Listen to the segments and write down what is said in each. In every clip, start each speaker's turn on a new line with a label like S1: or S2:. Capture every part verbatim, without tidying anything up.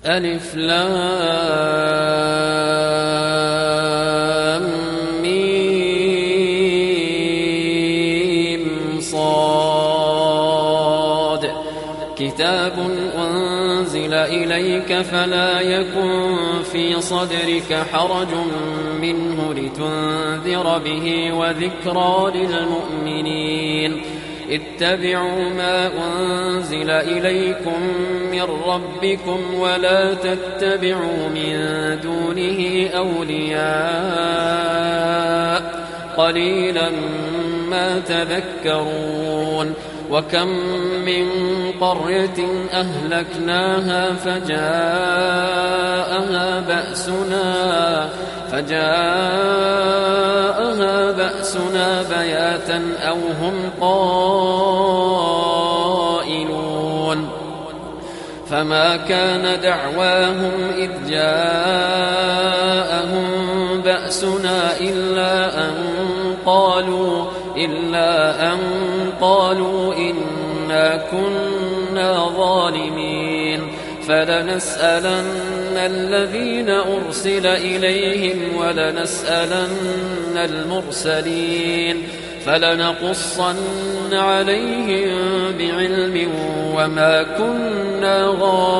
S1: ألف لام ميم صاد كتاب أنزل إليك فلا يكن في صدرك حرج منه لتنذر به وذكرى للمؤمنين اتبعوا ما أنزل إليكم من ربكم ولا تتبعوا من دونه أولياء قليلا ما تذكرون وكم من قرية أهلكناها فجاءها بأسنا فجاءها بأسنا بياتا أو هم قائلون فما كان دعواهم إذ جاءهم بأسنا إلا أن قالوا إلا أن قالوا إنا كنا ظالمين فلنسألن الذين أرسل إليهم ولنسألن المرسلين فلنقصن عليهم بعلم وما كنا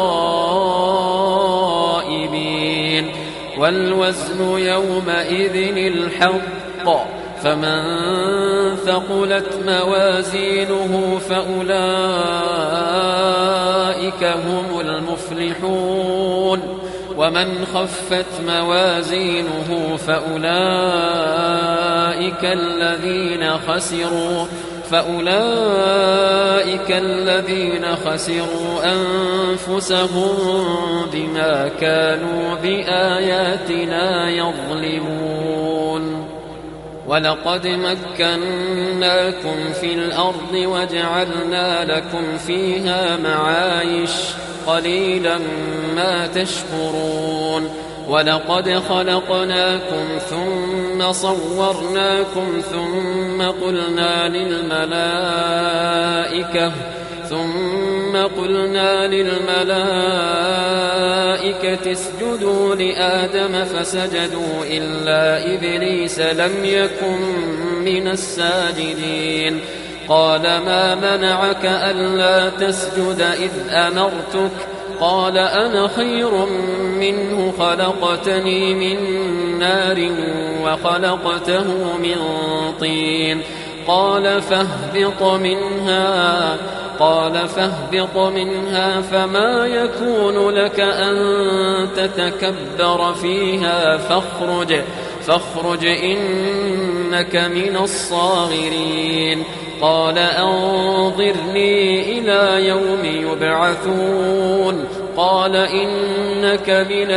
S1: غائبين والوزن يومئذ الحق فمن ثقلت موازينه فأولئك هم المفلحون ومن خفت موازينه فأولئك الذين خسروا فأولئك الذين خسروا أنفسهم بما كانوا بآياتنا يظلمون ولقد مكناكم في الأرض وجعلنا لكم فيها معايش قليلا ما تشكرون ولقد خلقناكم ثم صورناكم ثم قلنا للملائكة ثم قلنا للملائكة اسجدوا لآدم فسجدوا إلا إبليس لم يكن من الساجدين قال ما منعك ألا تسجد إذ أمرتك قال أنا خير منه خلقتني من نار وخلقته من طين قال فاهبط منها قال فاهبط منها فما يكون لك أن تتكبر فيها فاخرج فاخرج إنك من الصاغرين قال أنظرني إلى يوم يبعثون قال إنك من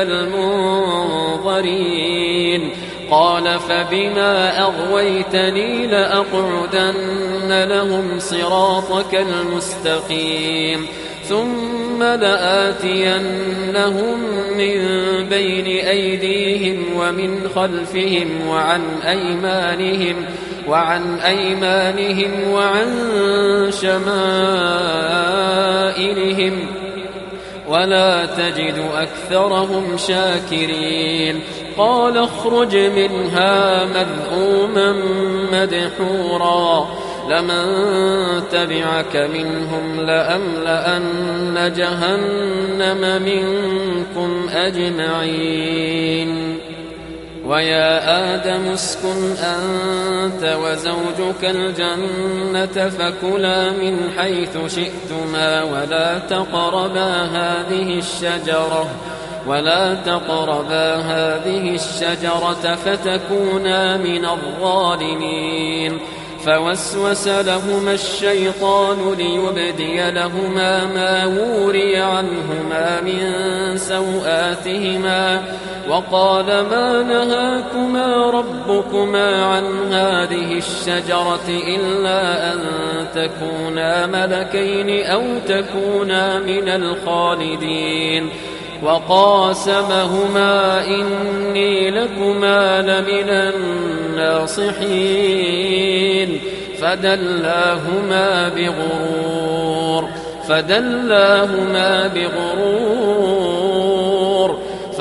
S1: المنظرين قال فبما أغويتني لأقعدن لهم صراطك المستقيم ثم لآتينهم من بين أيديهم ومن خلفهم وعن أيمانهم وعن أيمانهم وعن شمائلهم ولا تجد أكثرهم شاكرين قال اخرج منها مذءوما مدحورا لمن تبعك منهم لأملأن جهنم منكم أجمعين ويا آدم اسكن أنت وزوجك الجنة فكلا من حيث شئتما ولا تقربا هذه الشجرة ولا تقربا هذه الشجرة فتكونا من الظالمين فوسوس لهما الشيطان ليبدي لهما ما وري عنهما من سوآتهما وقال ما نهاكما ربكما عن هذه الشجرة إلا أن تكونا ملكين أو تكونا من الخالدين وقاسمهما إني لكما لمن الناصحين فدلاهما بغرور فدلاهما بغرور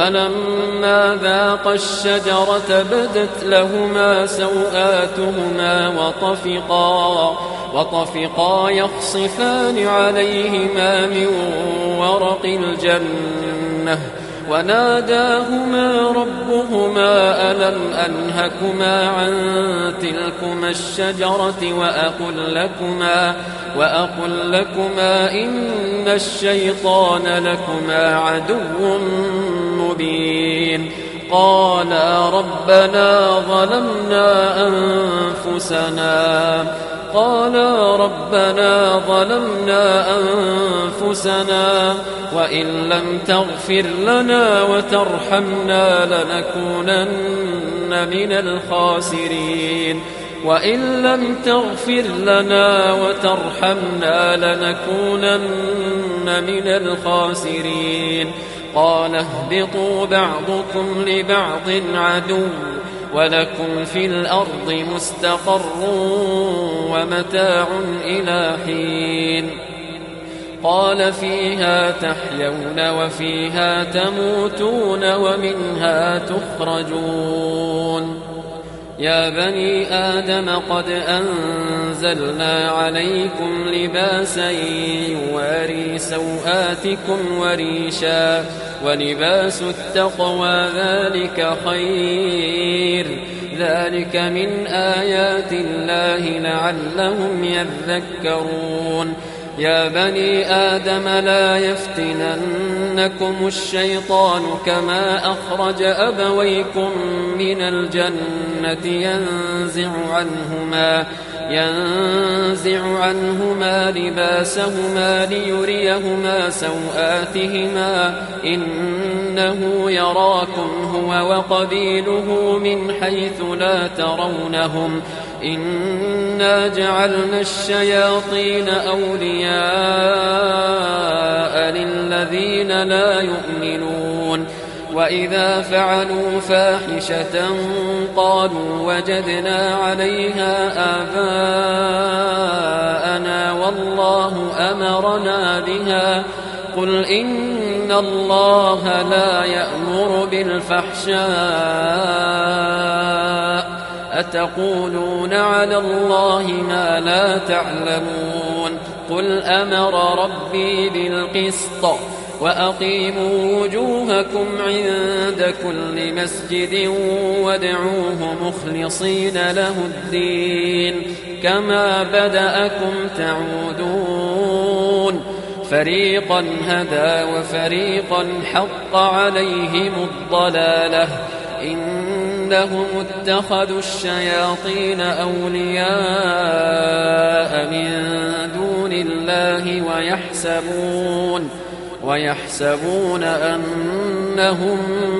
S1: فلما ذاقا الشجرة بدت لهما سوآتهما وطفقا, وطفقا يخصفان عليهما من ورق الجنة وناداهما ربهما ألم أنهكما عن تلكما الشجرة وأقل لكما, وأقل لكما إن الشيطان لكما عدو مبين. قالا ربنا ظلمنا أنفسنا قالا ربنا ظلمنا أنفسنا وإن لم تغفر لنا وترحمنا لنكونن من الخاسرين وإن لم تغفر لنا وترحمنا لنكونن من الخاسرين. قال اهبطوا بعضكم لبعض عدو ولكم في الأرض مستقر ومتاع إلى حين. قال فيها تحيون وفيها تموتون ومنها تخرجون. يا بني آدم قد أنزلنا عليكم لباسا يواري سوآتكم وريشا ولباس التقوى ذلك خير ذلك من آيات الله لعلهم يذكرون. يا بني آدم لا يفتننكم الشيطان كما أخرج أبويكم من الجنة ينزع عنهما ينزع عنهما لباسهما ليريهما سوآتهما إنه يراكم هو وقبيله من حيث لا ترونهم إنا جعلنا الشياطين أولياء للذين لا يؤمنون. وإذا فعلوا فاحشة قالوا وجدنا عليها آباءنا والله أمرنا بها قل إن الله لا يأمر بالفحشاء أتقولون على الله ما لا تعلمون. قل أمر ربي بالقسط وأقيموا وجوهكم عند كل مسجد وادعوه مخلصين له الدين كما بدأكم تعودون. فريقا هدى وفريقا حق عليهم الضلالة إنهم اتخذوا الشياطين أولياء من دون الله ويحسبون ويحسبون أنهم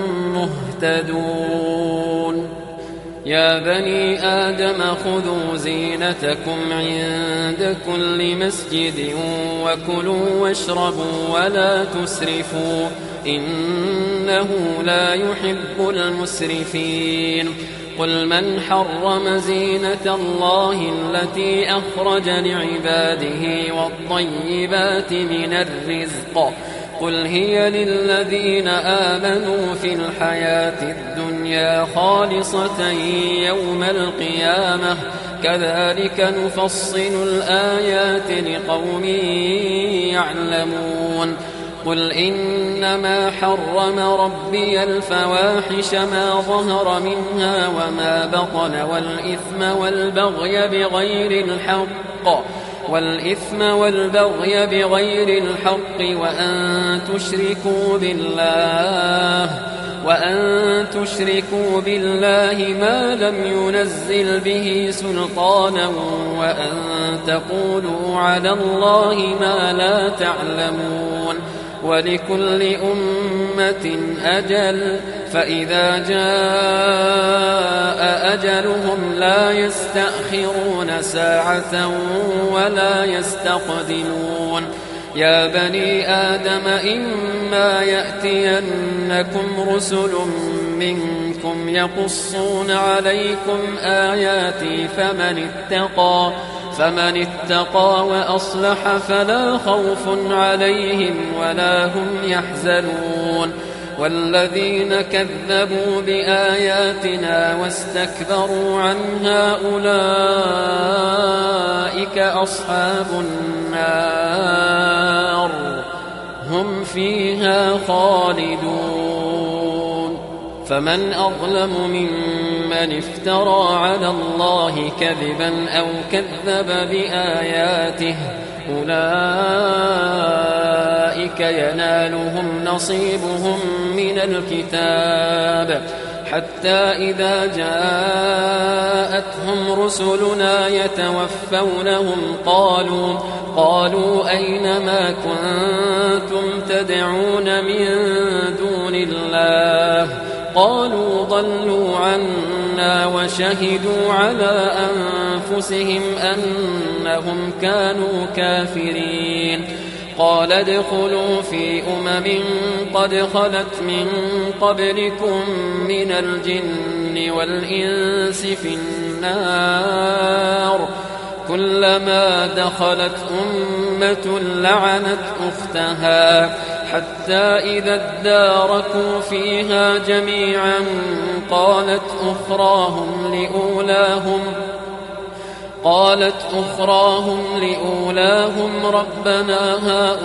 S1: مهتدون. يا بني آدم خذوا زينتكم عند كل مسجد وكلوا واشربوا ولا تسرفوا إنه لا يحب المسرفين. قل من حرم زينة الله التي أخرج لعباده والطيبات من الرزق قل هي للذين آمنوا في الحياة الدنيا خالصة يوم القيامة كذلك نفصل الآيات لقوم يعلمون. قل إنما حرم ربي الفواحش ما ظهر منها وما بطن والإثم والبغي بغير الحق والإثم والبغي بغير الحق وأن تشركوا بالله وأن تشركوا بالله ما لم ينزل به سلطانا وأن تقولوا على الله ما لا تعلمون. ولكل أمة أجل فإذا جاء أجلهم لا يستأخرون ساعة ولا يستقدمون. يا بني آدم إما يأتينكم رسل منكم يقصون عليكم آياتي فمن اتقى فمن اتقى وأصلح فلا خوف عليهم ولا هم يحزنون. والذين كذبوا بآياتنا واستكبروا عنها أولئك أصحاب النار هم فيها خالدون. فمن أظلم ممن افترى على الله كذبا أو كذب بآياته أولئك ينالهم نصيبهم من الكتاب حتى إذا جاءتهم رسلنا يتوفونهم قالوا قالوا أين ما كنتم تدعون من دون الله قالوا ضلوا عنا وشهدوا على أنفسهم أنهم كانوا كافرين. قال ادخلوا في أمم قد خلت من قبلكم من الجن والإنس في النار كلما دخلت أمة لعنت أختها حتى إذا اداركوا فيها جميعا قالت أخراهم لأولاهم قالت أخراهم لأولاهم ربنا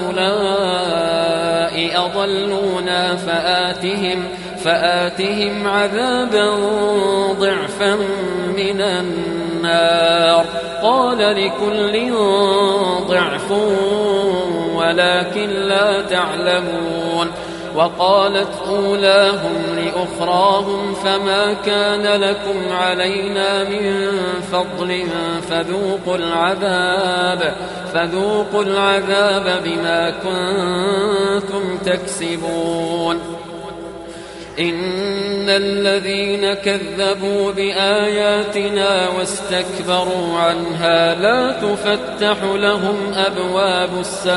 S1: هؤلاء أضلونا فآتهم فآتهم عذابا ضعفا من النار قال لكل ضعف ولكن لا تعلمون. وقالت أولاهم لأخراهم فما كان لكم علينا من فضل فذوقوا العذاب فذوقوا العذاب بما كنتم تكسبون. إن الذين كذبوا بآياتنا واستكبروا عنها لا تفتح لهم أبواب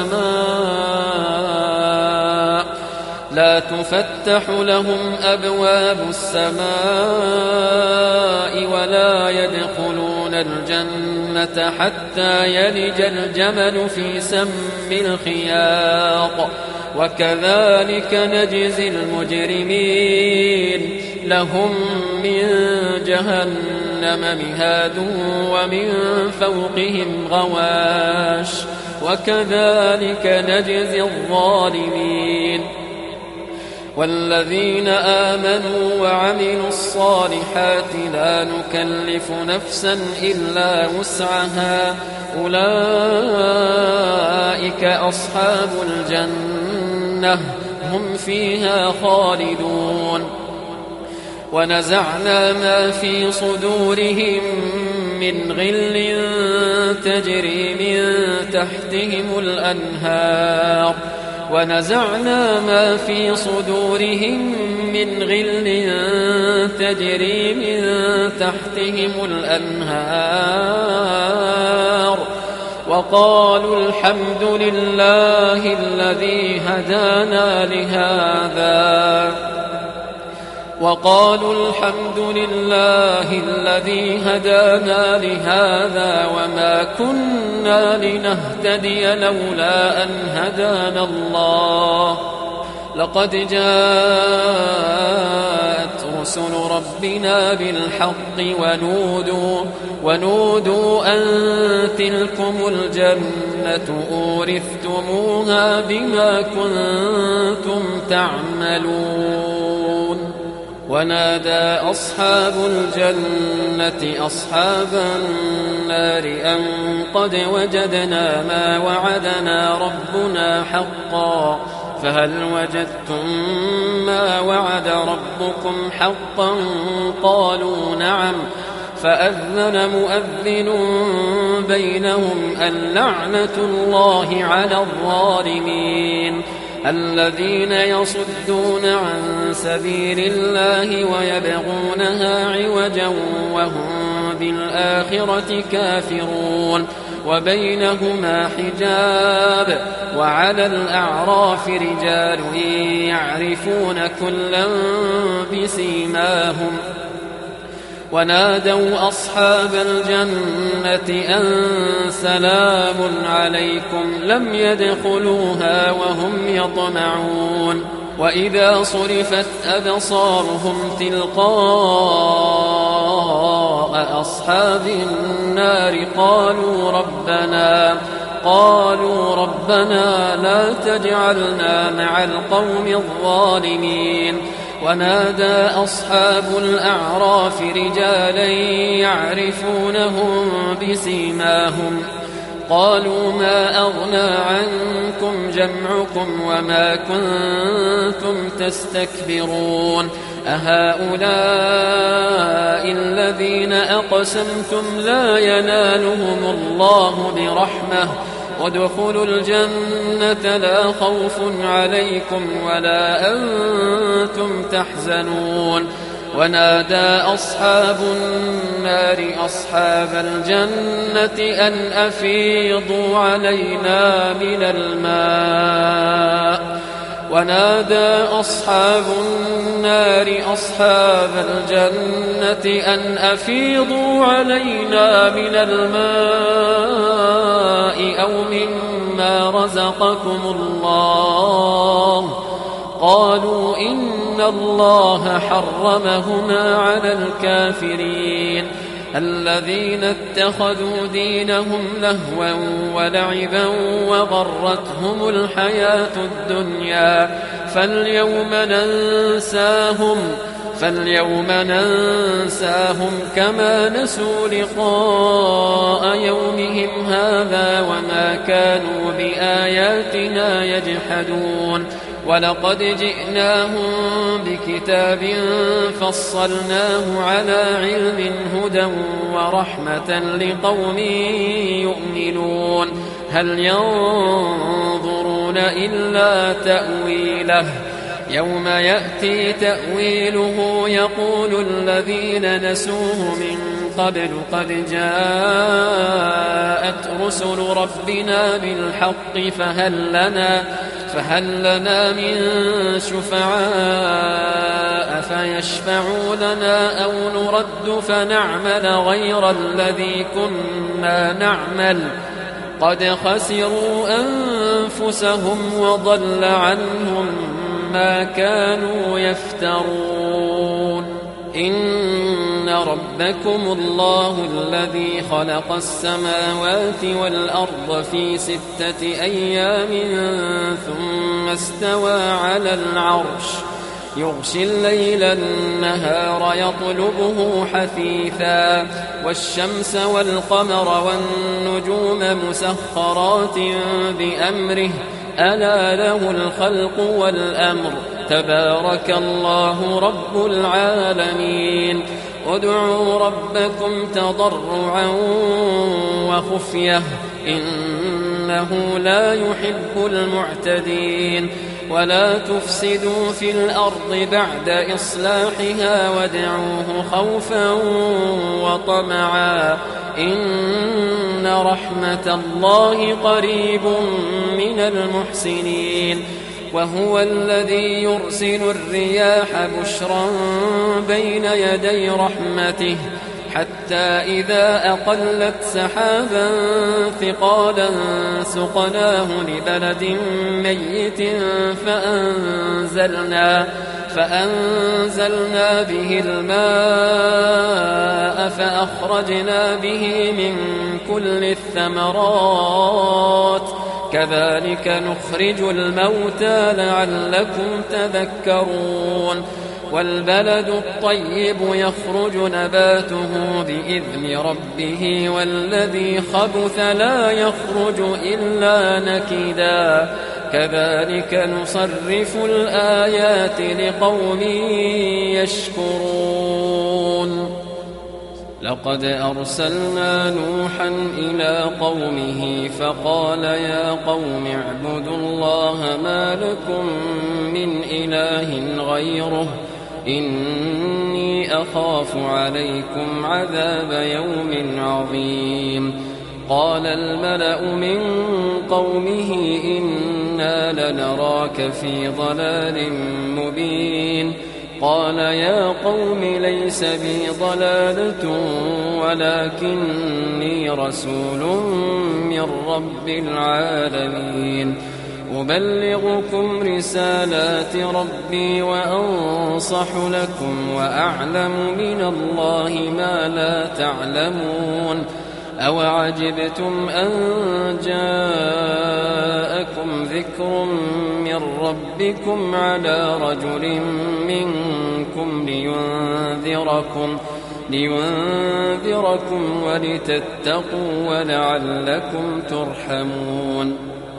S1: السماء لا تفتح لهم أبواب السماء ولا يدخلون الجنة حتى يلج الجمل في سم الخياط وكذلك نجزي المجرمين. لهم من جهنم مهاد ومن فوقهم غواش وكذلك نجزي الظالمين. والذين آمنوا وعملوا الصالحات لا نكلف نفسا إلا وسعها أولئك أصحاب الجنة هم فيها خالدون. ونزعنا ما في صدورهم من غل تجري من تحتهم الأنهار ونزعنا ما في صدورهم من غل تجري من تحتهم الأنهار وقالوا الحمد لله الذي هدانا لهذا وقالوا الحمد لله الذي هدانا لهذا وما كنا لنهتدي لولا أن هدانا الله لقد جاءت رسل ربنا بالحق ونودوا ونودوا أن تلكم الجنة أورثتموها بما كنتم تعملون. ونادى أصحاب الجنة أصحاب النار أن قد وجدنا ما وعدنا ربنا حقا فهل وجدتم ما وعد ربكم حقا قالوا نعم فأذن مؤذن بينهم اللعنة الله على الظالمين الذين يصدون عن سبيل الله ويبغونها عوجا وهم بالآخرة كافرون وبينهما حجاب وعلى الأعراف رجال يعرفون كلا بسيماهم ونادوا أصحاب الجنة أن سلام عليكم لم يدخلوها وهم يطمعون وإذا صرفت أبصارهم تلقاء أصحاب النار قالوا ربنا قالوا ربنا لا تجعلنا مع القوم الظالمين. ونادى أصحاب الأعراف رجالا يعرفونهم بسيماهم قالوا ما أغنى عنكم جمعكم وما كنتم تستكبرون أهؤلاء الذين أقسمتم لا ينالهم الله برحمة وادخلوا الجنة لا خوف عليكم ولا أنتم تحزنون. ونادى أصحاب النار أصحاب الجنة أن أفيضوا علينا من الماء ونادى أصحاب النار أصحاب الجنة أن أفيضوا علينا من الماء أو مما رزقكم الله قالوا إن الله حرمهما على الكافرين الذين اتخذوا دينهم لهوا ولعبا وغرتهم الحياة الدنيا فاليوم ننساهم فاليوم ننساهم كما نسوا لقاء يومهم هذا وما كانوا بآياتنا يجحدون. ولقد جئناهم بكتاب فصلناه على علم هدى ورحمة لقوم يؤمنون هل ينظرون إلا تأويله يوم يأتي تأويله يقول الذين نسوه من قبل قد جاءت رسل ربنا بالحق فهل لنا فهل لنا من شفعاء فيشفعوا لنا أو نرد فنعمل غير الذي كنا نعمل قد خسروا أنفسهم وضل عنهم ما كانوا يفترون. إن ربكم الله الذي خلق السماوات والأرض في ستة أيام ثم استوى على العرش يغشي الليل النهار يطلبه حثيثا والشمس والقمر والنجوم مسخرات بأمره ألا له الخلق والأمر تبارك الله رب العالمين. ادعوا ربكم تضرعا وخفية إنه لا يحب المعتدين. ولا تفسدوا في الأرض بعد إصلاحها وادعوه خوفا وطمعا إن رحمة الله قريب من المحسنين. وهو الذي يرسل الرياح بشرا بين يدي رحمته حتى إذا أقلت سحابا ثقالا سقناه لبلد ميت فأنزلنا, فأنزلنا به الماء فأخرجنا به من كل الثمرات كذلك نخرج الموتى لعلكم تذكرون. والبلد الطيب يخرج نباته بإذن ربه والذي خبث لا يخرج إلا نكدا كذلك نصرف الآيات لقوم يشكرون. لقد أرسلنا نوحا إلى قومه فقال يا قوم اعبدوا الله ما لكم من إله غيره إني أخاف عليكم عذاب يوم عظيم. قال الملأ من قومه إنا لنراك في ضلال مبين. قال يا قوم ليس بي ضلالة ولكني رسول من رب العالمين. أبلغكم رسالات ربي وأنصح لكم وأعلم من الله ما لا تعلمون أوعجبتم أن جاءكم ذكر من ربكم على رجل منكم لينذركم لينذركم ولتتقوا ولعلكم ترحمون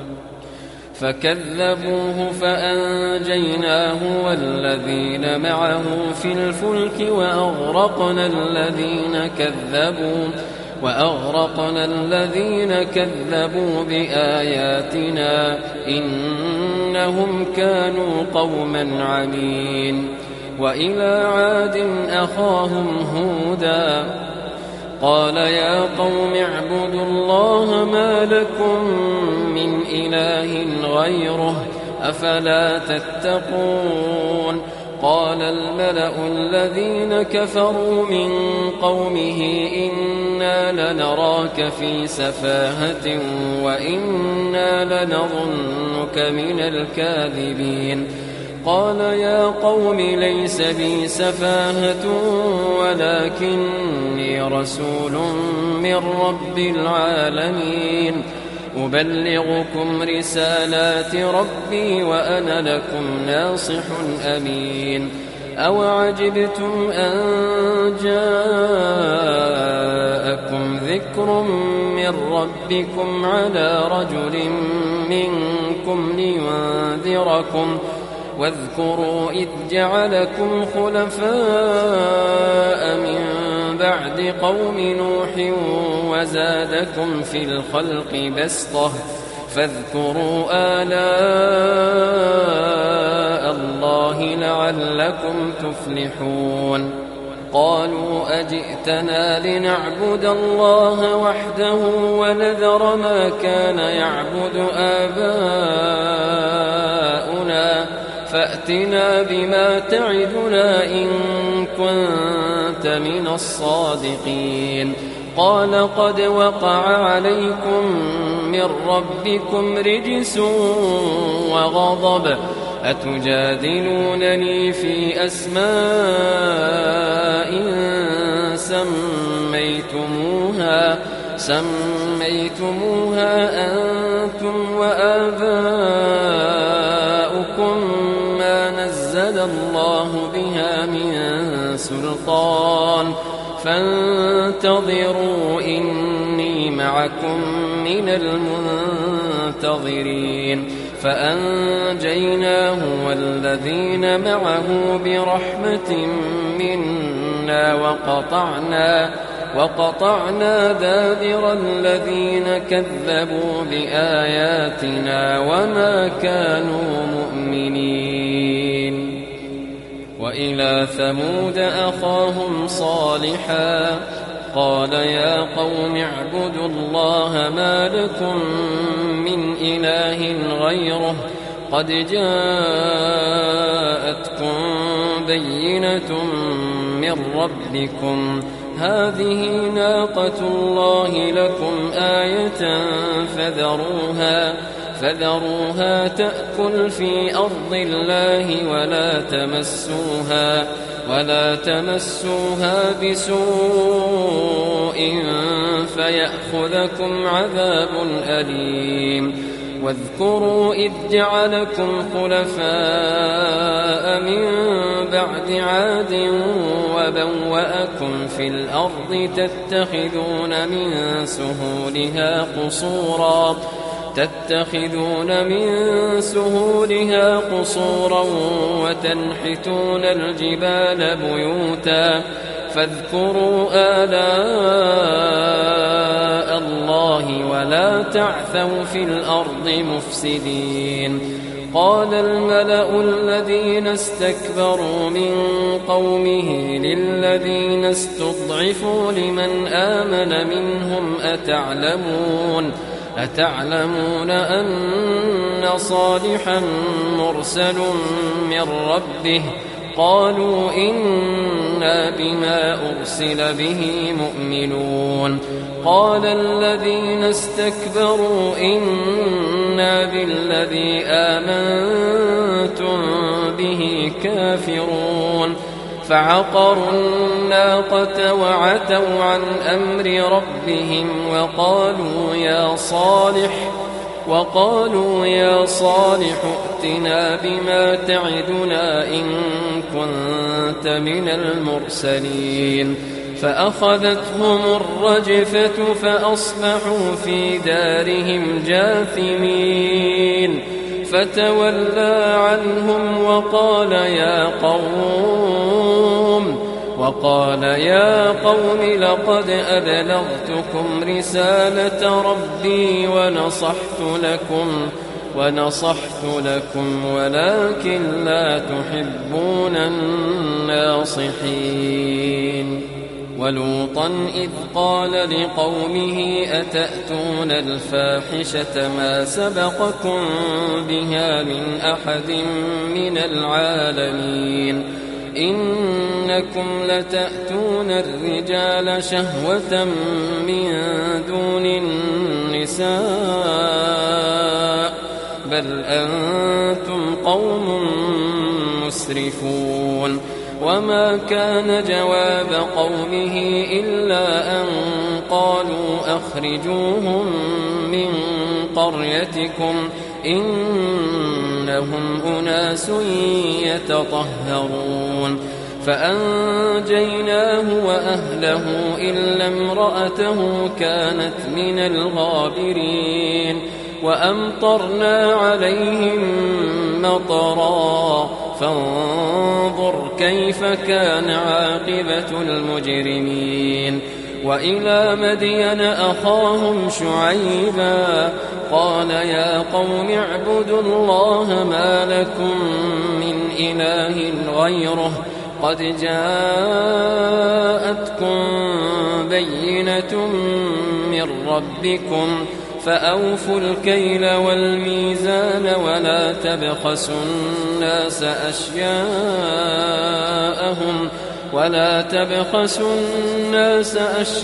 S1: فكذبوه فأنجيناه والذين معه في الفلك وأغرقنا الذين كذبوا وأغرقنا الذين كذبوا بآياتنا إنهم كانوا قوما عمين وإلى عاد أخاهم هودا قال يا قوم اعبدوا الله ما لكم من إله غيره أفلا تتقون قال الملأ الذين كفروا من قومه إنا لنراك في سفاهة وإنا لنظنك من الكاذبين قال يا قوم ليس بي سفاهة ولكني رسول من رب العالمين أبلغكم رسالات ربي وأنا لكم ناصح أمين أوعجبتم أن جاءكم ذكر من ربكم على رجل منكم لينذركم واذكروا إذ جعلكم خلفاء من بعد قوم نوح وزادكم في الخلق بسطة فاذكروا آلاء الله لعلكم تفلحون قالوا أجئتنا لنعبد الله وحده ونذر ما كان يعبد آباؤنا فأتنا بما تعدنا إن كنت من الصادقين قال قد وقع عليكم من ربكم رجس وغضب أتجادلونني في أسماء سميتموها سميتموها أنتم وآباؤكم ما نزل الله بها من سلطان فانتظروا إني معكم من المنتظرين فأنجيناه والذين معه برحمة منا وقطعنا وقطعنا دابر الذين كذبوا بآياتنا وما كانوا مؤمنين وإلى ثمود أخاهم صالحا قال يا قوم اعبدوا الله ما لكم من إله غيره قد جاءتكم بينة من ربكم هذه ناقة الله لكم آية فذروها فذروها تأكل في أرض الله ولا تمسوها ولا تمسوها بسوء فيأخذكم عذاب أليم واذكروا إذ جعلكم خلفاء من بعد عاد وبوأكم في الأرض تتخذون من سهولها قصورا تتخذون من سهولها قصورا وتنحتون الجبال بيوتا فاذكروا آلاء الله ولا تعثوا في الأرض مفسدين قال الملأ الذين استكبروا من قومه للذين استضعفوا لمن آمن منهم أتعلمون أتعلمون أن صالحا مرسل من ربه قالوا إنا بما أرسل به مؤمنون قال الذين استكبروا إنا بالذي آمنتم به كافرون فعقروا الناقة وعتوا عن أمر ربهم وقالوا يا صالح وقالوا يا صالح ائتنا بما تعدنا إن كنت من المرسلين فأخذتهم الرجفة فأصبحوا في دارهم جاثمين فتولى عنهم وقال يا قوم وقال يا قوم لقد أبلغتكم رسالة ربي ونصحت لكم ونصحت لكم ولكن لا تحبون الناصحين ولوطا إذ قال لقومه أتأتون الفاحشة ما سبقكم بها من أحد من العالمين إنكم لتأتون الرجال شهوة من دون النساء بل أنتم قوم مسرفون وما كان جواب قومه إلا أن قالوا أخرجوهم من قريتكم إنهم أناس يتطهرون فأنجيناه وأهله إلا امرأته كانت من الغابرين وأمطرنا عليهم مطرا فانظر كيف كان عاقبة المجرمين وإلى مدين أخاهم شعيبا قال يا قوم اعبدوا الله ما لكم من إله غيره قد جاءتكم بينة من ربكم فأوفوا الكيل والميزان ولا تبخسوا الناس أشياءهم ولا تبخسوا الناس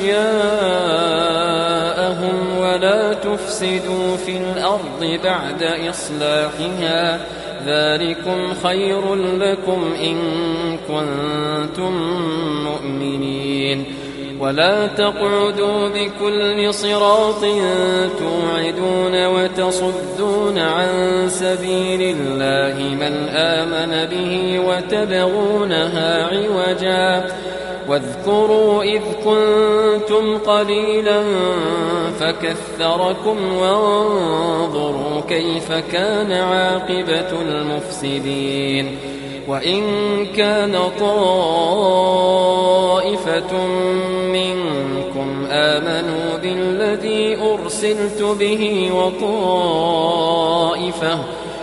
S1: أشياءهم ولا تفسدوا في الأرض بعد إصلاحها ذلكم خير لكم إن كنتم مؤمنين ولا تقعدوا بكل صراط توعدون وتصدون عن سبيل الله من آمن به وتبغونها عوجا واذكروا إذ كنتم قليلا فكثركم وانظروا كيف كان عاقبة المفسدين وإن كان طائفة منكم آمنوا بالذي أرسلت به وطائفة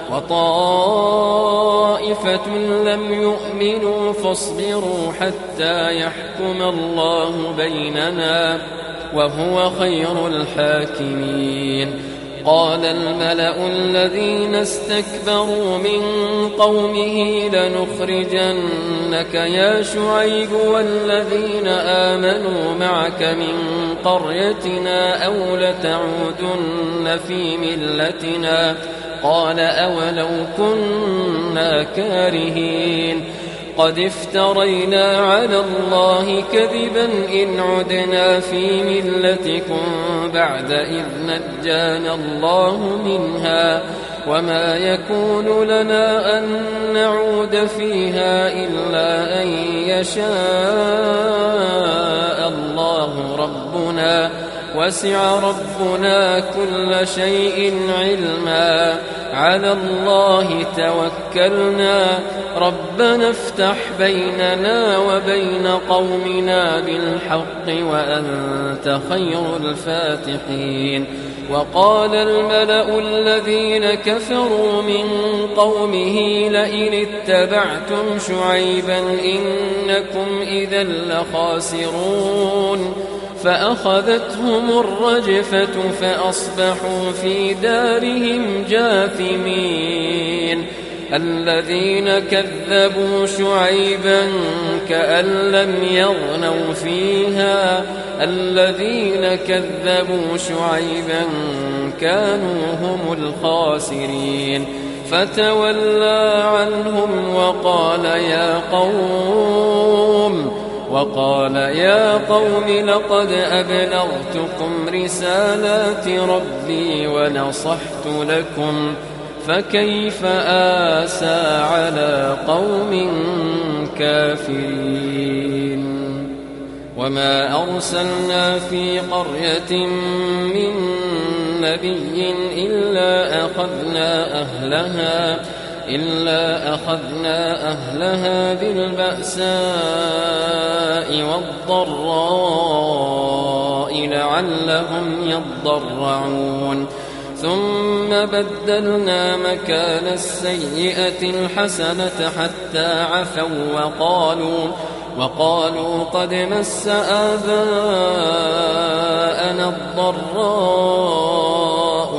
S1: وطائفة لم يؤمنوا فاصبروا حتى يحكم الله بيننا وهو خير الحاكمين قال الملأ الذين استكبروا من قومه لنخرجنك يا شعيب والذين آمنوا معك من قريتنا أو لتعودن في ملتنا قال أولو كنا كارهين قد افترينا على الله كذبا إن عدنا في ملتكم بعد إذ نجانا الله منها وما يكون لنا أن نعود فيها إلا أن يشاء الله ربنا وسع ربنا كل شيء علما على الله توكلنا ربنا افتح بيننا وبين قومنا بالحق وأنت خير الفاتحين وقال الملأ الذين كفروا من قومه لئن اتبعتم شعيبا إنكم إذا لخاسرون فأخذتهم الرجفة فأصبحوا في دارهم جاثمين الذين كذبوا شعيبا كأن لم يغنوا فيها الذين كذبوا شعيبا كانوا هم الخاسرين فتولى عنهم وقال يا قوم وقال يا قوم لقد أبلغتكم رسالات ربي ونصحت لكم فكيف آسى على قوم كافرين وما أرسلنا في قرية من نبي إلا أخذنا أهلها إلا أخذنا أهلها بالبأساء والضراء لعلهم يضرعون ثم بدلنا مكان السيئة الحسنة حتى عفوا وقالوا وقالوا قد مس آباءنا الضراء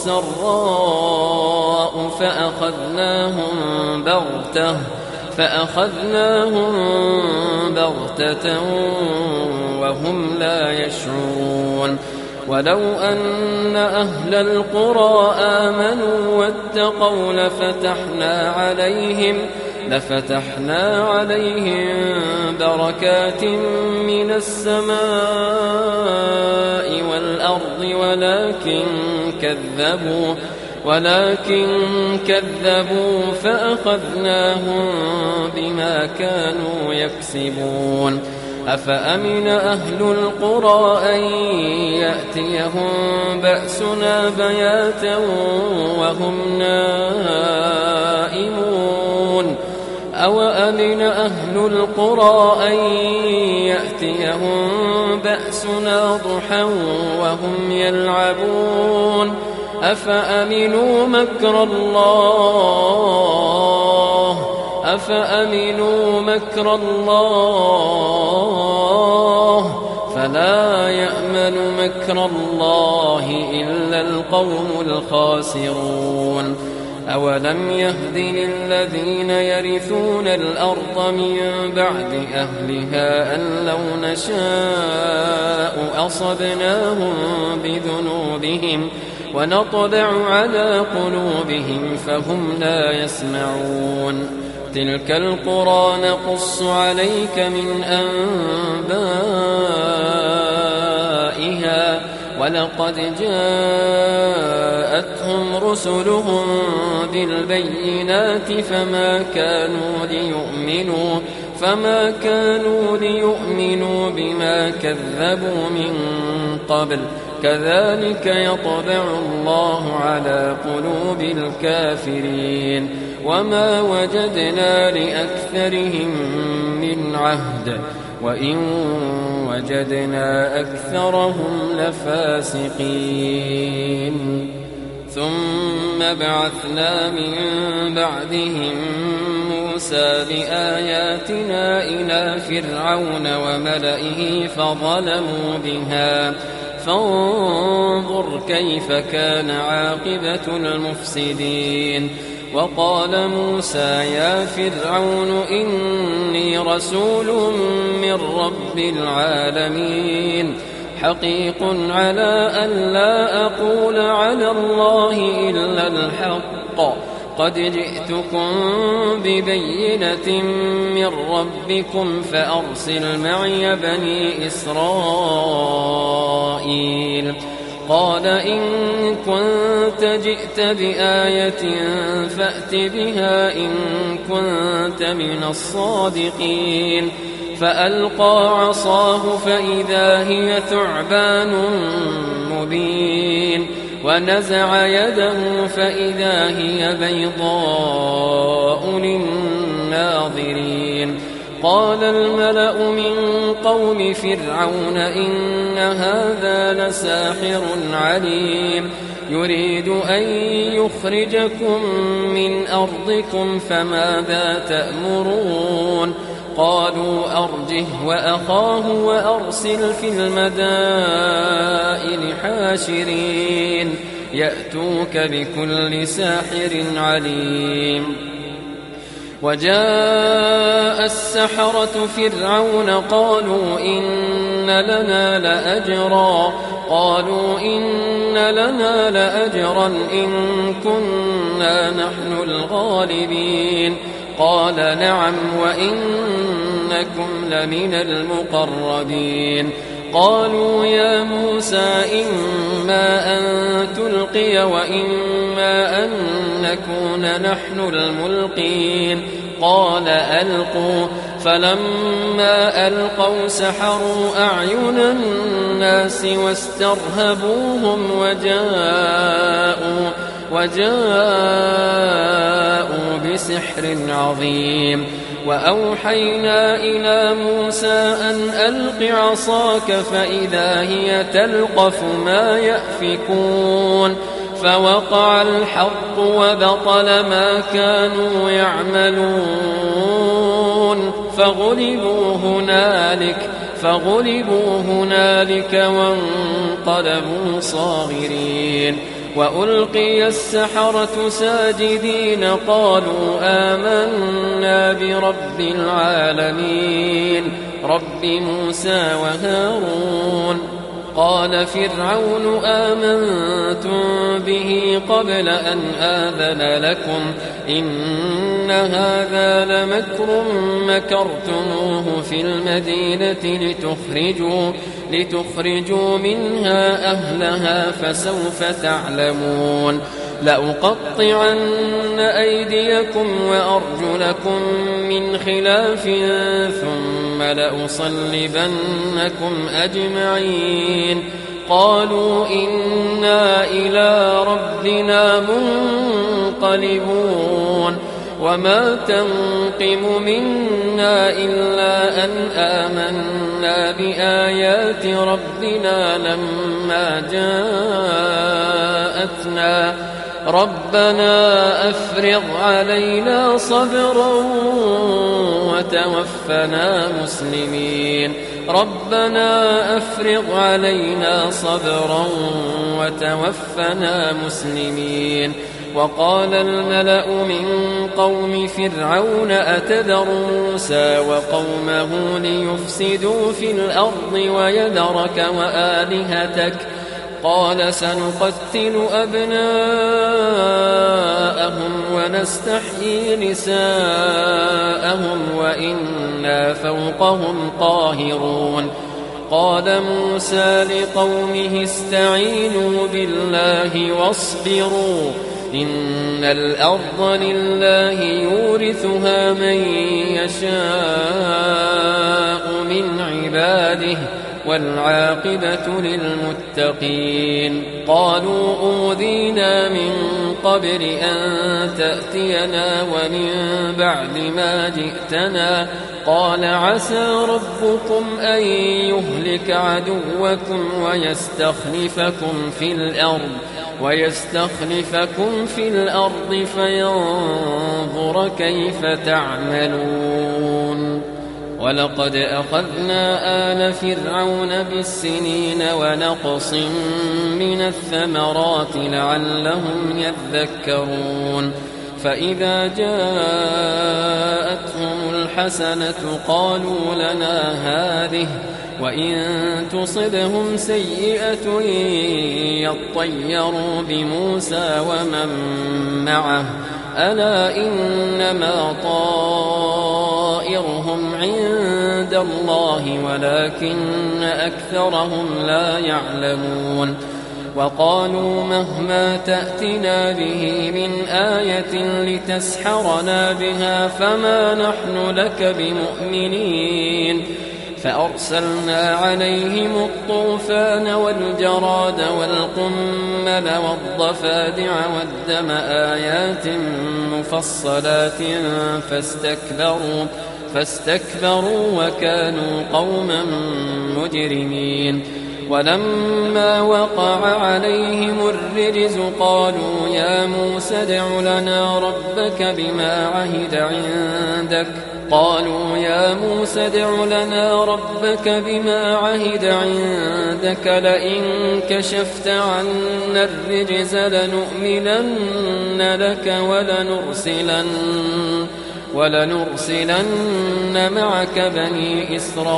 S1: والسراء فأخذناهم بغتة فأخذناهم بغتة وهم لا يشعرون ولو أن أهل القرى آمنوا واتقوا لفتحنا عليهم لفتحنا عليهم بركات من السماء والأرض ولكن كذبوا ولكن كذبوا فأخذناهم بما كانوا يكسبون أفأمن أهل القرى أن يأتيهم بأسنا بياتا وهم نائمون أوأمن أهل القرى أن يأتيهم بأسنا ضحى وهم يلعبون أفأمنوا مكر الله أفأمنوا مكر الله فلا يأمن مكر الله إلا القوم الخاسرون أولم يهد للذين يرثون الأرض من بعد أهلها أن لو نشاء أصبناهم بذنوبهم ونطبع على قلوبهم فهم لا يسمعون تلك القرى نقص عليك من أنبائها ولقد جاءتهم رسلهم بالبينات فما كانوا ليؤمنوا فما كانوا ليؤمنوا بما كذبوا من قبل كذلك يطبع الله على قلوب الكافرين وما وجدنا لأكثرهم من عهد وإن وجدنا أكثرهم لفاسقين ثم بعثنا من بعدهم موسى بآياتنا إلى فرعون وملئه فظلموا بها فانظر كيف كان عاقبة المفسدين وقال موسى يا فرعون إني رسول من رب العالمين حقيق على أن لا أقول على الله إلا الحق قد جئتكم ببينة من ربكم فأرسل معي بني إسرائيل قال إن كنت جئت بآية فأت بها إن كنت من الصادقين فألقى عصاه فإذا هي ثعبان مبين ونزع يده فإذا هي بيضاء للناظرين قال الملأ من قوم فرعون إن هذا لساحر عليم يريد أن يخرجكم من أرضكم فماذا تأمرون قالوا أرجه وأخاه وأرسل في المدائن حاشرين يأتوك بكل ساحر عليم وجاء السحرة فرعون قالوا إن لنا لأجرا قالوا إن لنا لأجرا إن كنا نحن الغالبين قال نعم وإنكم لمن المقربين قالوا يا موسى إما أن تلقي وإما أن نكون نحن الملقين قال ألقوا فلما ألقوا سحروا أعين الناس واسترهبوهم وجاءوا وجاءوا بسحر عظيم وأوحينا إلى موسى أن ألق عصاك فإذا هي تلقف ما يأفكون فوقع الحق وبطل ما كانوا يعملون فغلبوا هنالك فغلبوا هنالك وانقلبوا صاغرين وألقي السحرة ساجدين قالوا آمنا برب العالمين رب موسى وهارون قال فرعون آمنتم به قبل أن آذن لكم إن هذا لمكر مكرتموه في المدينة لتخرجوا, لتخرجوا منها أهلها فسوف تعلمون لأقطعن أيديكم وأرجلكم من خلاف ثم لأصلبنكم أجمعين قالوا إنا إلى ربنا منقلبون وما تنقم منا إلا أن آمنا بآيات ربنا لما جاءتنا ربنا أفرغ علينا صبرا وتوفنا مسلمين ربنا أفرغ علينا صبرا وتوفنا مسلمين وقال الملأ من قوم فرعون أتذر موسى وقومه ليفسدوا في الأرض ويذرك وآلهتك قال سنقتل أبناءهم ونستحيي نساءهم وإنا فوقهم قاهرون قال موسى لقومه استعينوا بالله واصبروا إن الأرض لله يورثها من يشاء من عباده والعاقبة للمتقين قالوا أوذينا من قبل أن تأتينا ومن بعد ما جئتنا قال عسى ربكم أن يهلك عدوكم ويستخلفكم في الأرض ويستخلفكم في الأرض فينظر كيف تعملون ولقد أخذنا آل فرعون بالسنين ونقص من الثمرات لعلهم يذكرون فإذا جاءتهم الحسنة قالوا لنا هذه وإن تصبهم سيئة يطيروا بموسى ومن معه ألا إنما طائرهم عند الله ولكن أكثرهم لا يعلمون وقالوا مهما تأتنا به من آية لتسحرنا بها فما نحن لك بمؤمنين فأرسلنا عليهم الطوفان والجراد والقمل والضفادع والدم آيات مفصلات فاستكبروا فاستكبروا وكانوا قوما مجرمين ولما وقع عليهم الرجز قالوا يا موسى ادع لنا ربك بما عهد عندك قالوا يا موسى ادع لنا ربك بما عهد عندك لئن كشفت عنا الرجز لنؤمنن لك ولنرسلن ولنرسلن معك بني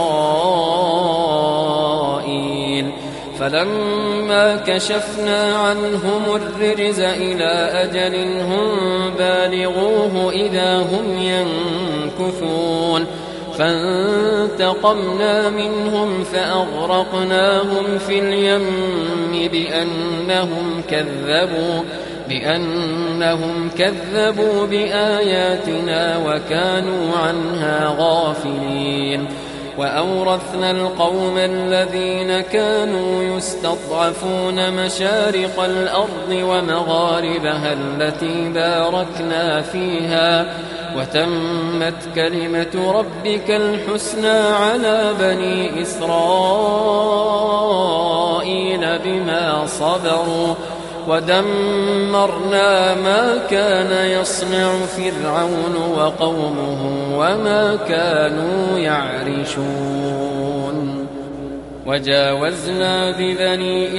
S1: إسرائيل فلما كشفنا عنهم الرجز إلى أجل هم بالغوه إذا هم ينكثون فانتقمنا منهم فأغرقناهم في اليم بأنهم كذبوا بأنهم كذبوا بآياتنا وكانوا عنها غافلين وأورثنا القوم الذين كانوا يستضعفون مشارق الأرض ومغاربها التي باركنا فيها وتمت كلمة ربك الحسنى على بني إسرائيل بما صبروا ودمرنا ما كان يصنع فرعون وقومه وما كانوا يعرشون وجاوزنا ببني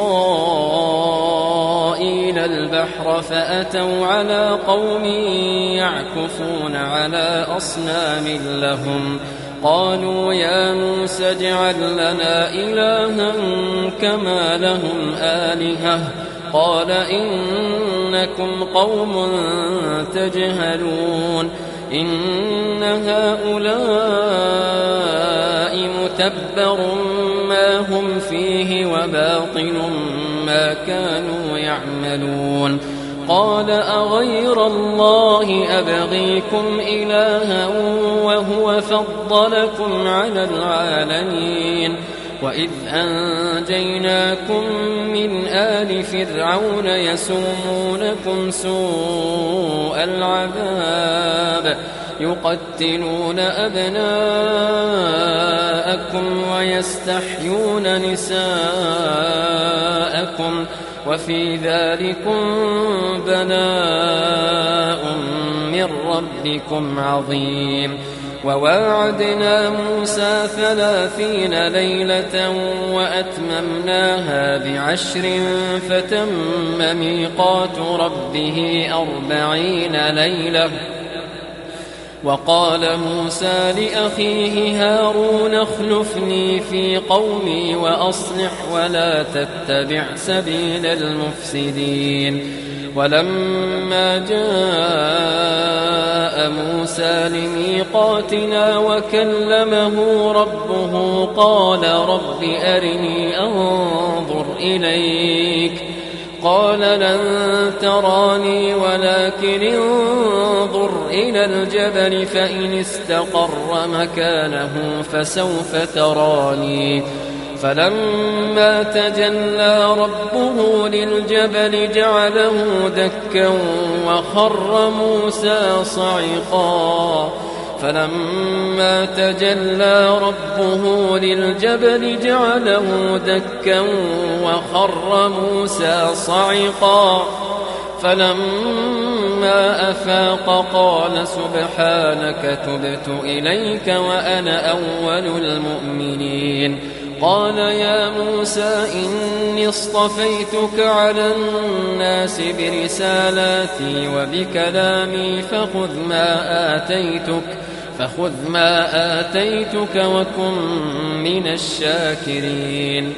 S1: إسرائيل البحر فأتوا على قوم يعكفون على أصنام لهم قالوا يا موسى اجعل لنا إلها كما لهم آلهة قال إنكم قوم تجهلون إن هؤلاء متبر ما هم فيه وباطل ما كانوا يعملون قال أغير الله أبغيكم إلها وهو فضلكم على العالمين وإذ أنجيناكم من آل فرعون يسومونكم سوء العذاب يقتلون أبناءكم ويستحيون نساءكم وفي ذلكم بلاء من ربكم عظيم وواعدنا موسى ثلاثين ليلة وأتممناها بعشر فتم ميقات ربه أربعين ليلة وقال موسى لأخيه هارون اخلفني في قومي وأصلح ولا تتبع سبيل المفسدين ولما جاء موسى لميقاتنا وكلمه ربه قال رب أرني أنظر إليك قال لن تراني ولكن انظر إلى الجبل فإن استقر مكانه فسوف تراني فلما تجلى ربه للجبل جعله دكا وخر موسى صعقا فلما تجلى ربه للجبل جعله دكا وخر موسى صعقا فلما أفاق قال سبحانك تبت إليك وأنا أول المؤمنين قال يا موسى إني اصطفيتك على الناس برسالاتي وبكلامي فخذ ما آتيتك فخذ ما آتيتك وكن من الشاكرين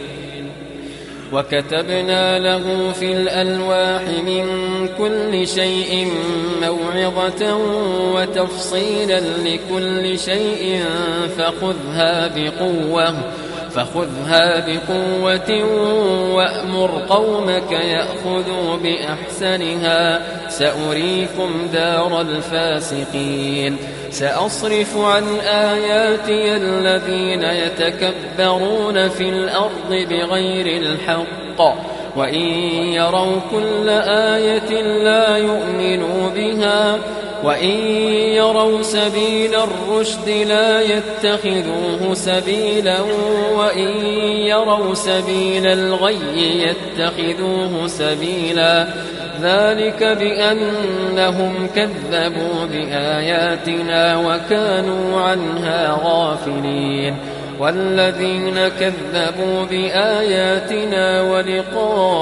S1: وكتبنا له في الألواح من كل شيء موعظة وتفصيلا لكل شيء فخذها بقوة فخذها بقوة وأمر قومك يأخذوا بأحسنها سأريكم دار الفاسقين سأصرف عن آياتي الذين يتكبرون في الأرض بغير الحق وإن يروا كل آية لا يؤمنوا بها وإن يروا سبيل الرشد لا يتخذوه سبيلا وإن يروا سبيل الغي يتخذوه سبيلا ذلك بأنهم كذبوا بآياتنا وكانوا عنها غافلين والذين كذبوا بآياتنا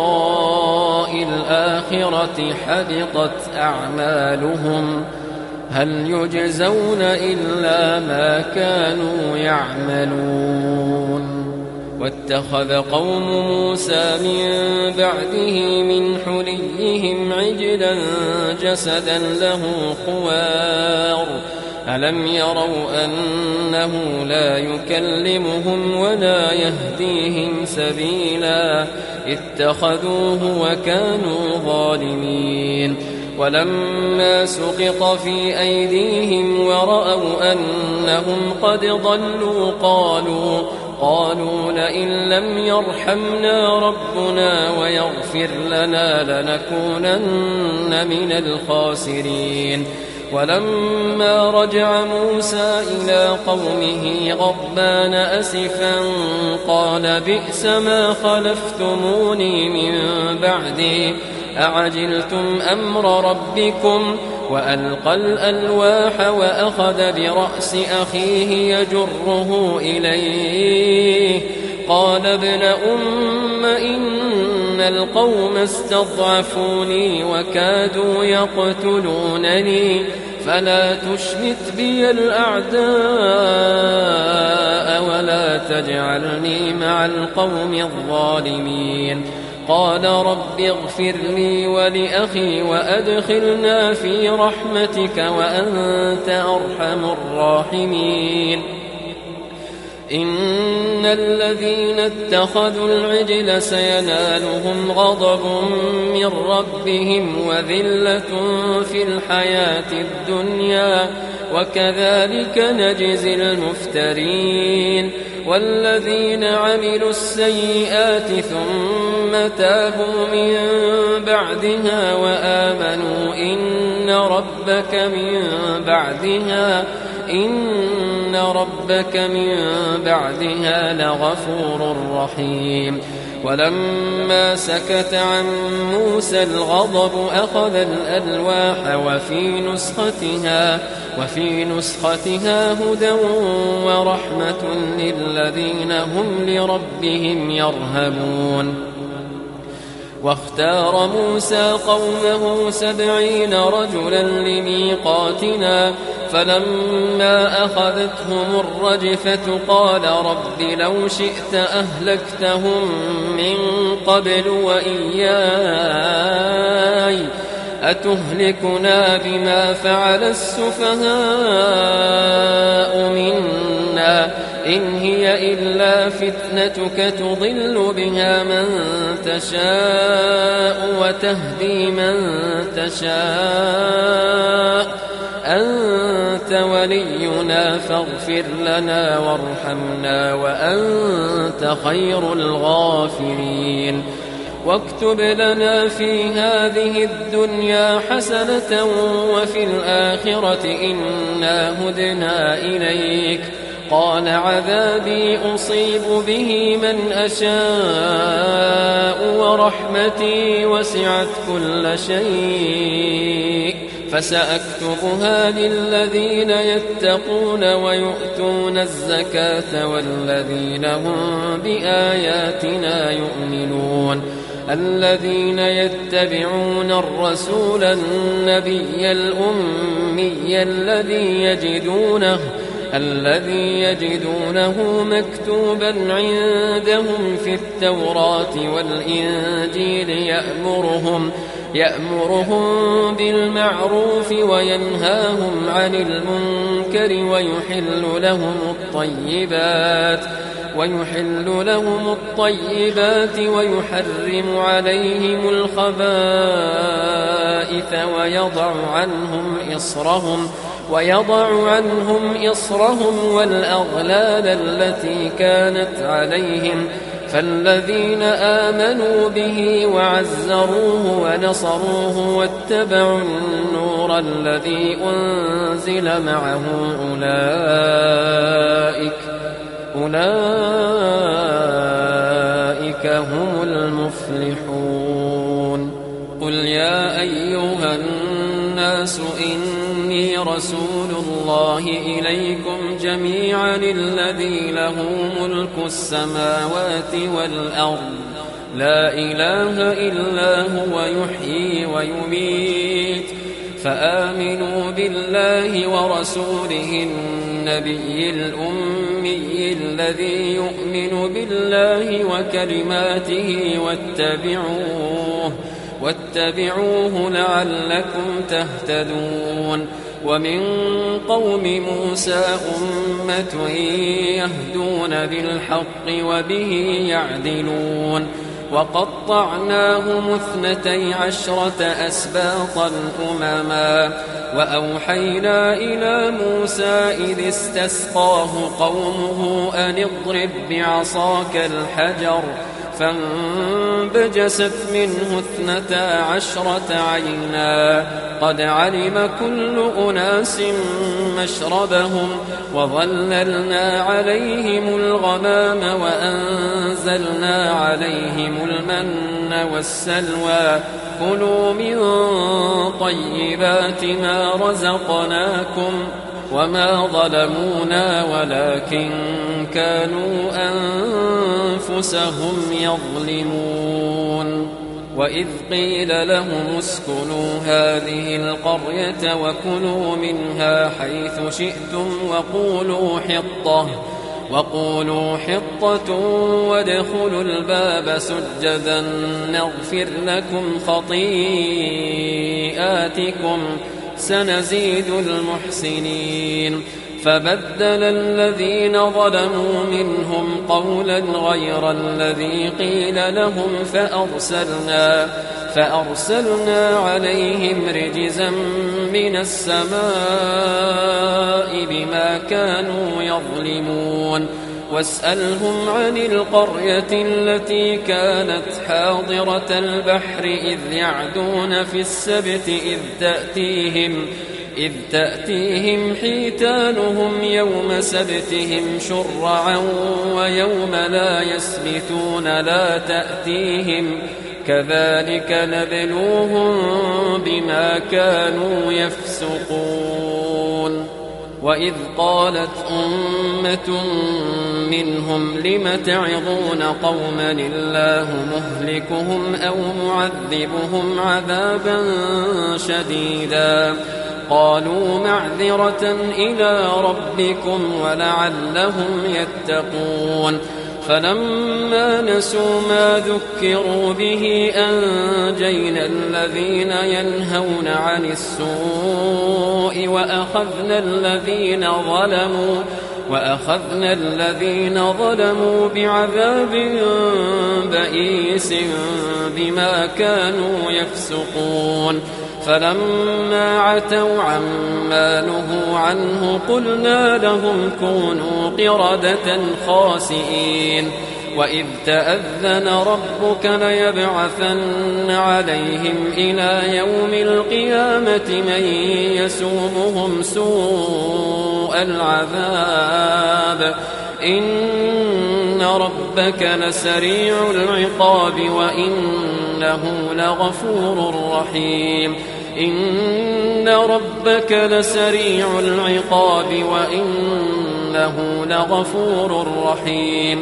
S1: ولقاء الآخرة حبطت أعمالهم هل يجزون إلا ما كانوا يعملون. واتخذ قوم موسى من بعده من حليهم عجلا جسدا له خوار ألم يروا أنه لا يكلمهم ولا يهديهم سبيلا اتخذوه وكانوا ظالمين. ولما سقط في أيديهم ورأوا أنهم قد ضلوا قالوا قالوا لئن لم يرحمنا ربنا ويغفر لنا لنكونن من الخاسرين. ولما رجع موسى إلى قومه غضبان أسفا قال بئس ما خلفتموني من بعدي أعجلتم أمر ربكم وألقى الألواح وأخذ برأس أخيه يجره إليه قال ابن أم إن القوم استضعفوني وكادوا يقتلونني فلا تشمت بي الأعداء ولا تجعلني مع القوم الظالمين. قال رب اغفر لي ولأخي وأدخلنا في رحمتك وأنت أرحم الراحمين. إن الذين اتخذوا العجل سينالهم غضب من ربهم وذلة في الحياة الدنيا وكذلك نجزي المفترين. والذين عملوا السيئات ثم تابوا من بعدها وآمنوا إن ربك من بعدها إن ربك من بعدها لغفور رحيم. ولما سكت عن موسى الغضب أخذ الألواح وفي نسختها وفي نسختها هدى ورحمة للذين هم لربهم يرهبون. واختار موسى قومه سبعين رجلا لميقاتنا فلما أخذتهم الرجفة قال رب لو شئت أهلكتهم من قبل وإياي أتهلكنا بما فعل السفهاء منا إن هي إلا فتنتك تضل بها من تشاء وتهدي من تشاء أنت ولينا فاغفر لنا وارحمنا وأنت خير الغافرين. واكتب لنا في هذه الدنيا حسنة وفي الآخرة إنا هدنا إليك. قال عذابي أصيب به من أشاء ورحمتي وسعت كل شيء فسأكتبها للذين يتقون ويؤتون الزكاة والذين هم بآياتنا يؤمنون. الذين يتبعون الرسول النبي الأمي الذي يجدونه الذي يجدونه مكتوبا عندهم في التوراة والإنجيل يأمرهم يأمرهم بالمعروف وينهاهم عن المنكر ويحل لهم الطيبات ويحل لهم الطيبات ويحرم عليهم الخبائث ويضع عنهم إصرهم ويضع عنهم إصرهم والأغلال التي كانت عليهم. فالذين آمنوا به وعزروه ونصروه واتبعوا النور الذي أنزل معه أولئك أولئك هم المفلحون. قل يا أيها الناس إني رسول الله إليكم جميعا الذي له ملك السماوات والأرض لا إله إلا هو يحيي ويميت فآمنوا بالله ورسوله النبي الأمي الذي يؤمن بالله وكلماته واتبعوه واتبعوه لعلكم تهتدون. ومن قوم موسى أمة يهدون بالحق وبه يعدلون. وقطعناهم اثنتي عشرة أسباطا أمما وأوحينا إلى موسى إذ استسقاه قومه أن اضرب بعصاك الحجر فانبجست منه اثنتا عشرة عينا قد علم كل أناس مشربهم وظللنا عليهم الغمام وأنزلنا عليهم المن والسلوى كلوا من طيبات ما رزقناكم وما ظلمونا ولكن كانوا أنفسهم يظلمون. وإذ قيل لهم اسكنوا هذه القرية وكلوا منها حيث شئتم وقولوا حطة وقولوا حطة وادخلوا الباب سجدا نغفر لكم خطيئاتكم سنزيد المحسنين. فبدل الذين ظلموا منهم قولا غير الذي قيل لهم فأرسلنا, فأرسلنا عليهم رجزا من السماء بما كانوا يظلمون. واسألهم عن القرية التي كانت حاضرة البحر إذ يعدون في السبت إذ تأتيهم إذ تأتيهم حيتانهم يوم سبتهم شرعا ويوم لا يسبتون لا تأتيهم كذلك نبلوهم بما كانوا يفسقون. وإذ قالت أمة منهم لم تعظون قوما الله مهلكهم أو معذبهم عذابا شديدا قالوا معذرة إلى ربكم ولعلهم يتقون. فلما نسوا ما ذكروا به أنجينا الذين ينهون عن السوء وأخذنا الذين ظلموا وأخذنا الذين ظلموا بعذاب بئيس بما كانوا يفسقون. فلما عتوا عما نهوا عنه قلنا لهم كونوا قردة خاسئين. وإذ تأذن ربك ليبعثن عليهم إلى يوم القيامة من يسومهم سوء العذاب إن ربك لسريع العقاب وإنه لغفور رحيم. إن ربك لسريع العقاب وإنه لغفور رحيم.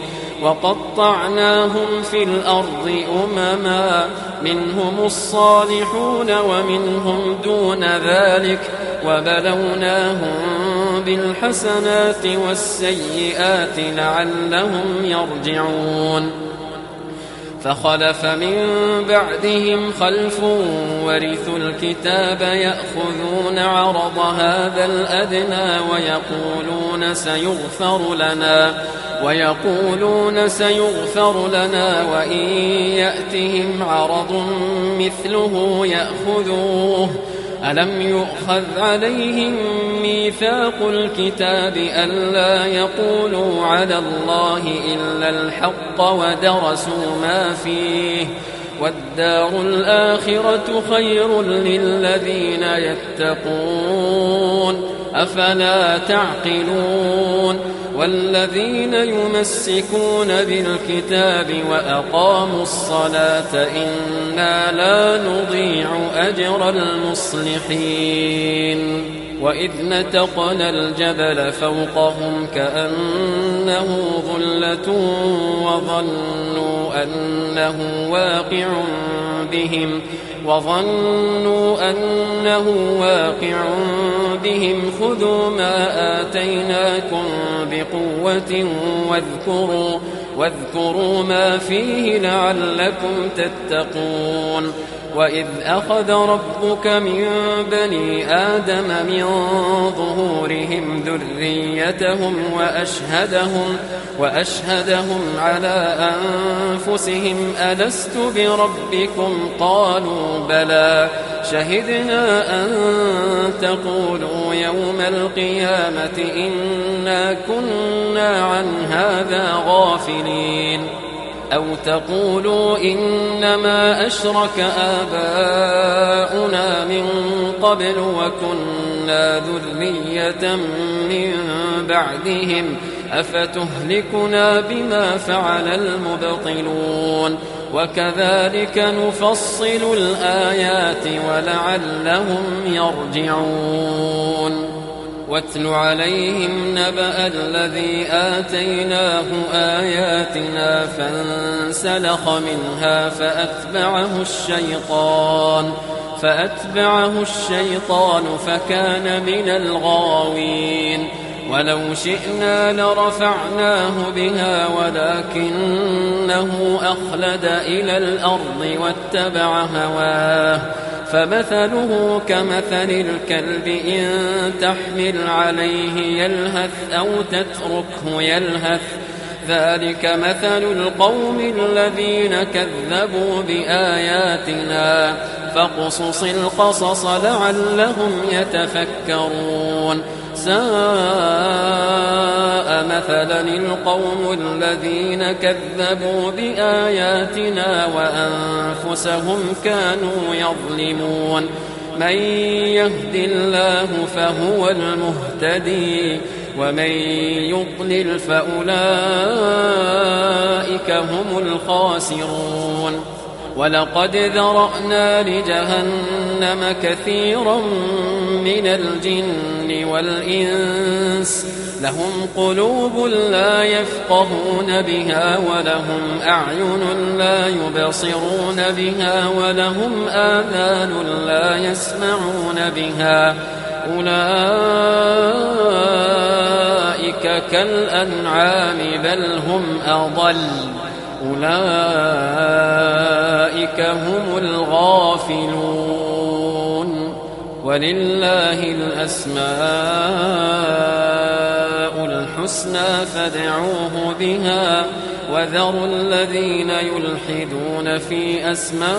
S1: وقطعناهم في الأرض أمما منهم الصالحون ومنهم دون ذلك وبلوناهم بالحسنات والسيئات لعلهم يرجعون. فخلف من بعدهم خلف ورثوا الكتاب يأخذون عرض هذا الأدنى ويقولون سيغفر لنا ويقولون سيغفر لنا وإن يأتهم عرض مثله يأخذوه. ألم يؤخذ عليهم ميثاق الكتاب ألا يقولوا على الله إلا الحق ودرسوا ما فيه والدار الآخرة خير للذين يتقون أفلا تعقلون. والذين يمسكون بالكتاب وأقاموا الصلاة إنا لا نضيع أجر المصلحين. وإذ نتقنا الجبل فوقهم كأنه ظلة وظنوا أنه واقع بهم وظنوا أنه واقع بهم خذوا ما آتيناكم بقوة واذكروا, واذكروا ما فيه لعلكم تتقون. وإذ أخذ ربك من بني آدم من ظهورهم ذريتهم وأشهدهم, وأشهدهم على أنفسهم ألست بربكم قالوا بلى شهدنا أن تقولوا يوم القيامة إنا كنا عن هذا غافلين أو تقولوا إنما أشرك آباؤنا من قبل وكنا ذرية من بعدهم أفتهلكنا بما فعل المبطلون وكذلك نفصل الآيات ولعلهم يرجعون. واتل عليهم نبأ الذي آتيناه آياتنا فانسلخ منها فأتبعه الشيطان فأتبعه الشيطان فكان من الغاوين. ولو شئنا لرفعناه بها ولكنه أخلد إلى الأرض واتبع هواه فمثله كمثل الكلب إن تحمل عليه يلهث أو تتركه يلهث ذلك مثل القوم الذين كذبوا بآياتنا فاقصص القصص لعلهم يتفكرون. ساء مثلا القوم الذين كذبوا بآياتنا وأنفسهم كانوا يظلمون. من يهد الله فهو المهتدي ومن يضلل فأولئك هم الخاسرون. ولقد ذرأنا لجهنم كثيرا من الجن والإنس لهم قلوب لا يفقهون بها ولهم أعين لا يبصرون بها ولهم آذان لا يسمعون بها أولئك كالأنعام بل هم أضل أولئك هم الغافلون. ولله الأسماء الحسنى فادعوه بها وذروا الذين يلحدون في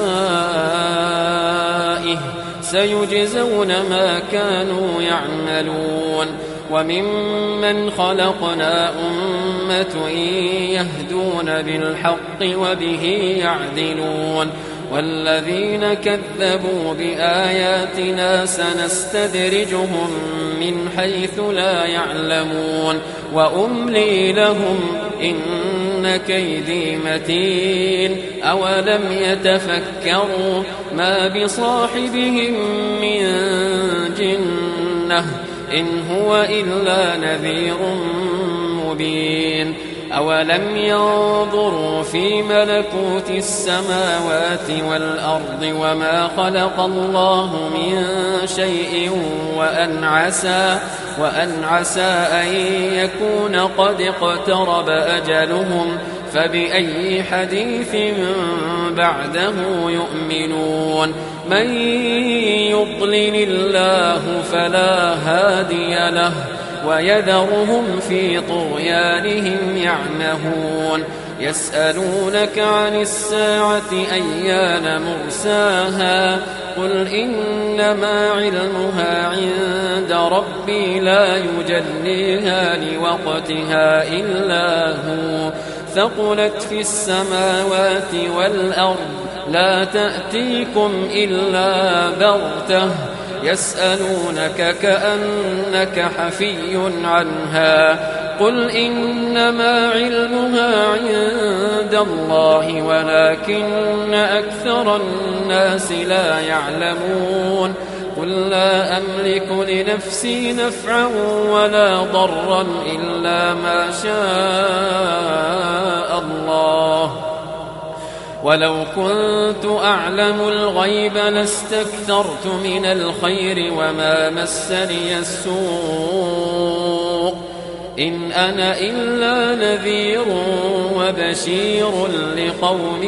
S1: أسمائه سيجزون ما كانوا يعملون. وممن خلقنا أمة يهدون بالحق وبه يعدلون. والذين كذبوا بآياتنا سنستدرجهم من حيث لا يعلمون وأملي لهم إن كيدي متين. أولم يتفكروا ما بصاحبهم من جنة إن هو إلا نذير مبين. أولم ينظروا في ملكوت السماوات والأرض وما خلق الله من شيء وأن عسى, وأن عسى أن يكون قد اقترب أجلهم فبأي حديث بعده يؤمنون. من يضلل الله فلا هادي له ويذرهم في طغيانهم يعمهون. يسألونك عن الساعة أيان مرساها قل إنما علمها عند ربي لا يجليها لوقتها إلا هو ثقلت في السماوات والأرض لا تأتيكم إلا بغتة يسألونك كأنك حفي عنها قل إنما علمها عند الله ولكن أكثر الناس لا يعلمون. قل لا أملك لنفسي نفعا ولا ضرا إلا ما شاء الله ولو كنت أعلم الغيب لاستكثرت من الخير وما مسني السوء إن أنا إلا نذير وبشير لقوم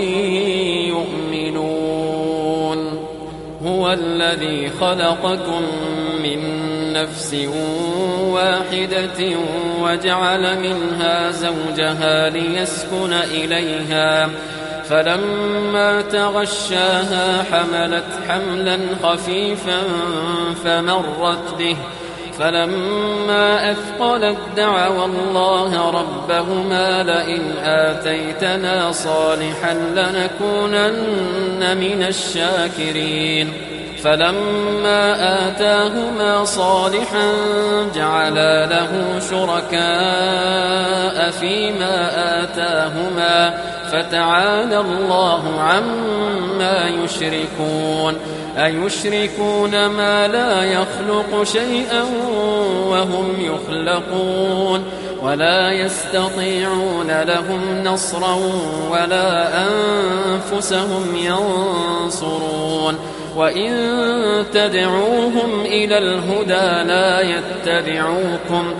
S1: يؤمنون هو الذي خلقكم من نفس واحدة وجعل منها زوجها ليسكن إليها فلما تغشاها حملت حملا خفيفا فمرت به فلما أثقلت دعوا الله ربهما لئن آتيتنا صالحا لنكونن من الشاكرين فلما آتاهما صالحا جعلا له شركاء فيما آتاهما فتعالى الله عما يشركون أيشركون ما لا يخلق شيئا وهم يخلقون ولا يستطيعون لهم نصرا ولا أنفسهم ينصرون وإن تدعوهم إلى الهدى لا يتبعوكم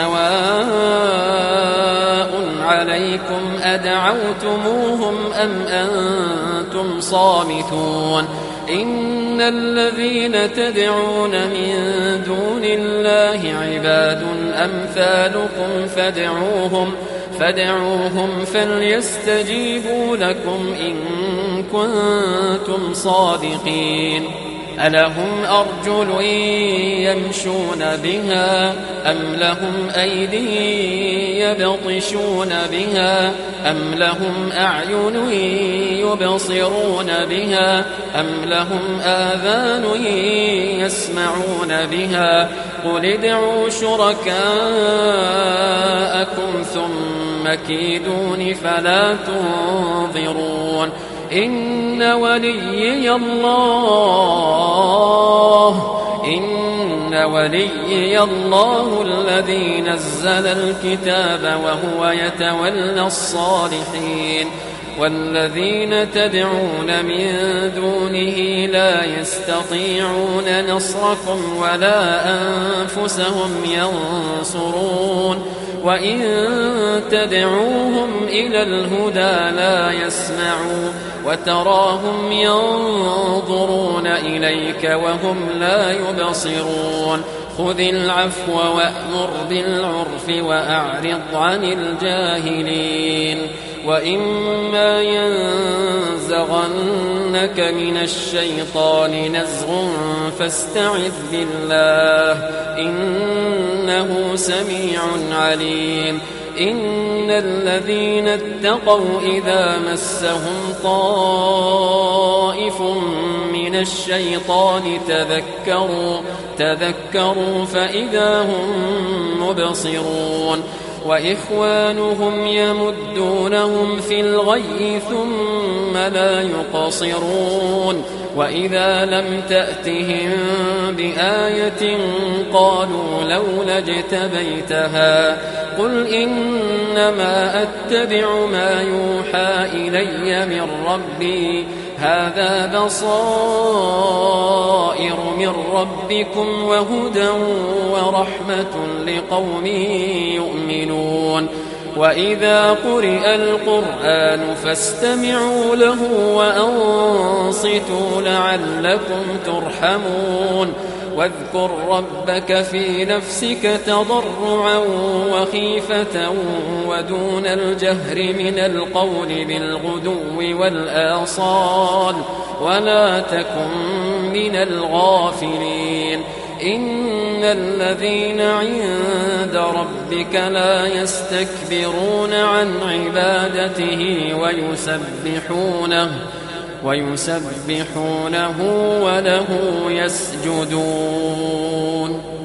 S1: سواء عليكم أدعوتموهم أم أنتم صامتون إن الذين تدعون من دون الله عباد أمثالكم فادعوهم فادعوهم فليستجيبوا لكم إن كنتم صادقين ألهم أرجل يمشون بها أم لهم أيدي يبطشون بها أم لهم أعين يبصرون بها أم لهم آذان يسمعون بها قل ادعوا شركاءكم ثم كيدون فلا تنظرون إن وليي الله إن وليي الله الذي نزل الكتاب وهو يتولى الصالحين والذين تدعون من دونه لا يستطيعون نصركم ولا أنفسهم ينصرون وإن تدعوهم إلى الهدى لا يسمعوا وتراهم ينظرون إليك وهم لا يبصرون خذ العفو وأمر بالعرف وأعرض عن الجاهلين وإما ينزغنك من الشيطان نزغ فاستعذ بالله إنه سميع عليم إن الذين اتقوا إذا مسهم طائف من الشيطان تذكروا تذكروا فإذا هم مبصرون وإخوانهم يمدونهم في الغي ثم لا يقصرون وإذا لم تأتهم بآية قالوا لولا اجتبيتها قل إنما أتبع ما يوحى إلي من ربي هذا بصائر من ربكم وهدى ورحمة لقوم يؤمنون وإذا قرئ القرآن فاستمعوا له وأنصتوا لعلكم ترحمون واذكر ربك في نفسك تضرعا وخيفة ودون الجهر من القول بالغدو والآصال ولا تكن من الغافلين إن الذين عند ربك لا يستكبرون عن عبادته ويسبحونه ويسبحونه وله يسجدون